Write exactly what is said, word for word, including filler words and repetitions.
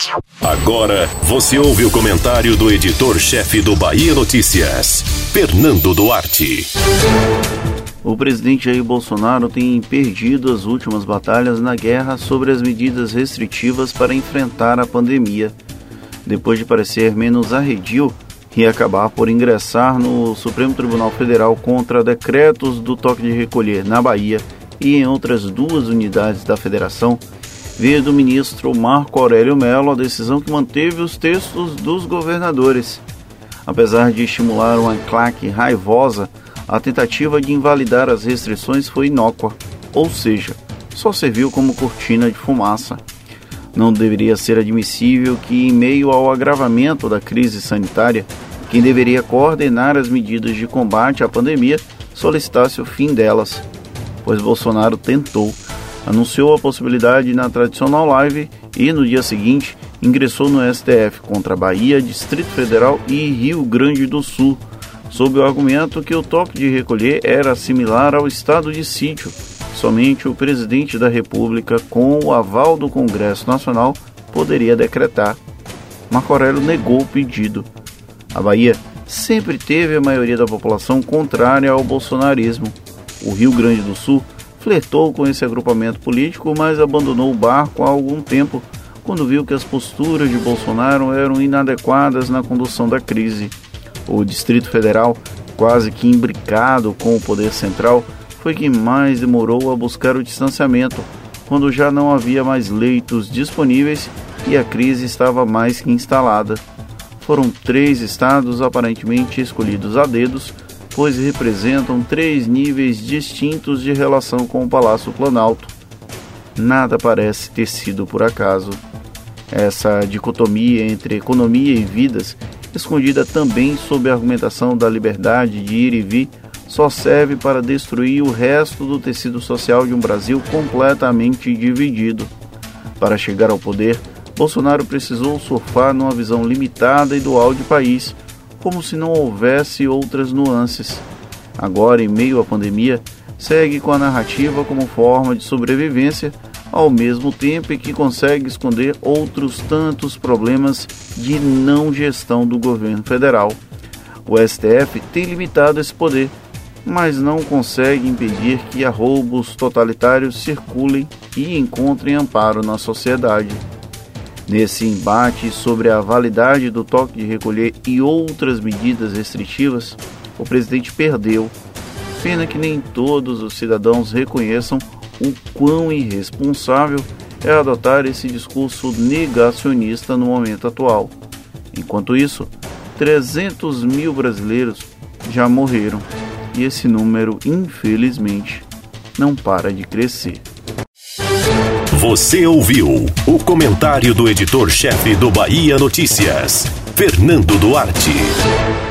Agora você ouve o comentário do editor-chefe do Bahia Notícias, Fernando Duarte. O presidente Jair Bolsonaro tem perdido as últimas batalhas na guerra sobre as medidas restritivas para enfrentar a pandemia. Depois de parecer menos arredio e acabar por ingressar no Supremo Tribunal Federal contra decretos do toque de recolher na Bahia e em outras duas unidades da federação, veio do ministro Marco Aurélio Mello a decisão que manteve os textos dos governadores. Apesar de estimular uma claque raivosa, a tentativa de invalidar as restrições foi inócua, ou seja, só serviu como cortina de fumaça. Não deveria ser admissível que, em meio ao agravamento da crise sanitária, quem deveria coordenar as medidas de combate à pandemia solicitasse o fim delas, pois Bolsonaro tentou, anunciou a possibilidade na tradicional live e, no dia seguinte, ingressou no S T F contra Bahia, Distrito Federal e Rio Grande do Sul, sob o argumento que o toque de recolher era similar ao estado de sítio. Somente o presidente da República, com o aval do Congresso Nacional, poderia decretar. Marco Aurélio negou o pedido. A Bahia sempre teve a maioria da população contrária ao bolsonarismo. O Rio Grande do Sul flertou com esse agrupamento político, mas abandonou o barco há algum tempo, quando viu que as posturas de Bolsonaro eram inadequadas na condução da crise. O Distrito Federal, quase que imbricado com o poder central, foi quem mais demorou a buscar o distanciamento, quando já não havia mais leitos disponíveis e a crise estava mais que instalada. Foram três estados aparentemente escolhidos a dedos, pois representam três níveis distintos de relação com o Palácio Planalto. Nada parece ter sido por acaso. Essa dicotomia entre economia e vidas, escondida também sob a argumentação da liberdade de ir e vir, só serve para destruir o resto do tecido social de um Brasil completamente dividido. Para chegar ao poder, Bolsonaro precisou surfar numa visão limitada e dual de país, como se não houvesse outras nuances. Agora, em meio à pandemia, segue com a narrativa como forma de sobrevivência, ao mesmo tempo em que consegue esconder outros tantos problemas de não gestão do governo federal. O S T F tem limitado esse poder, mas não consegue impedir que arroubos totalitários circulem e encontrem amparo na sociedade. Nesse embate sobre a validade do toque de recolher e outras medidas restritivas, o presidente perdeu. Pena que nem todos os cidadãos reconheçam o quão irresponsável é adotar esse discurso negacionista no momento atual. Enquanto isso, trezentos mil brasileiros já morreram e esse número, infelizmente, não para de crescer. Você ouviu o comentário do editor-chefe do Bahia Notícias, Fernando Duarte.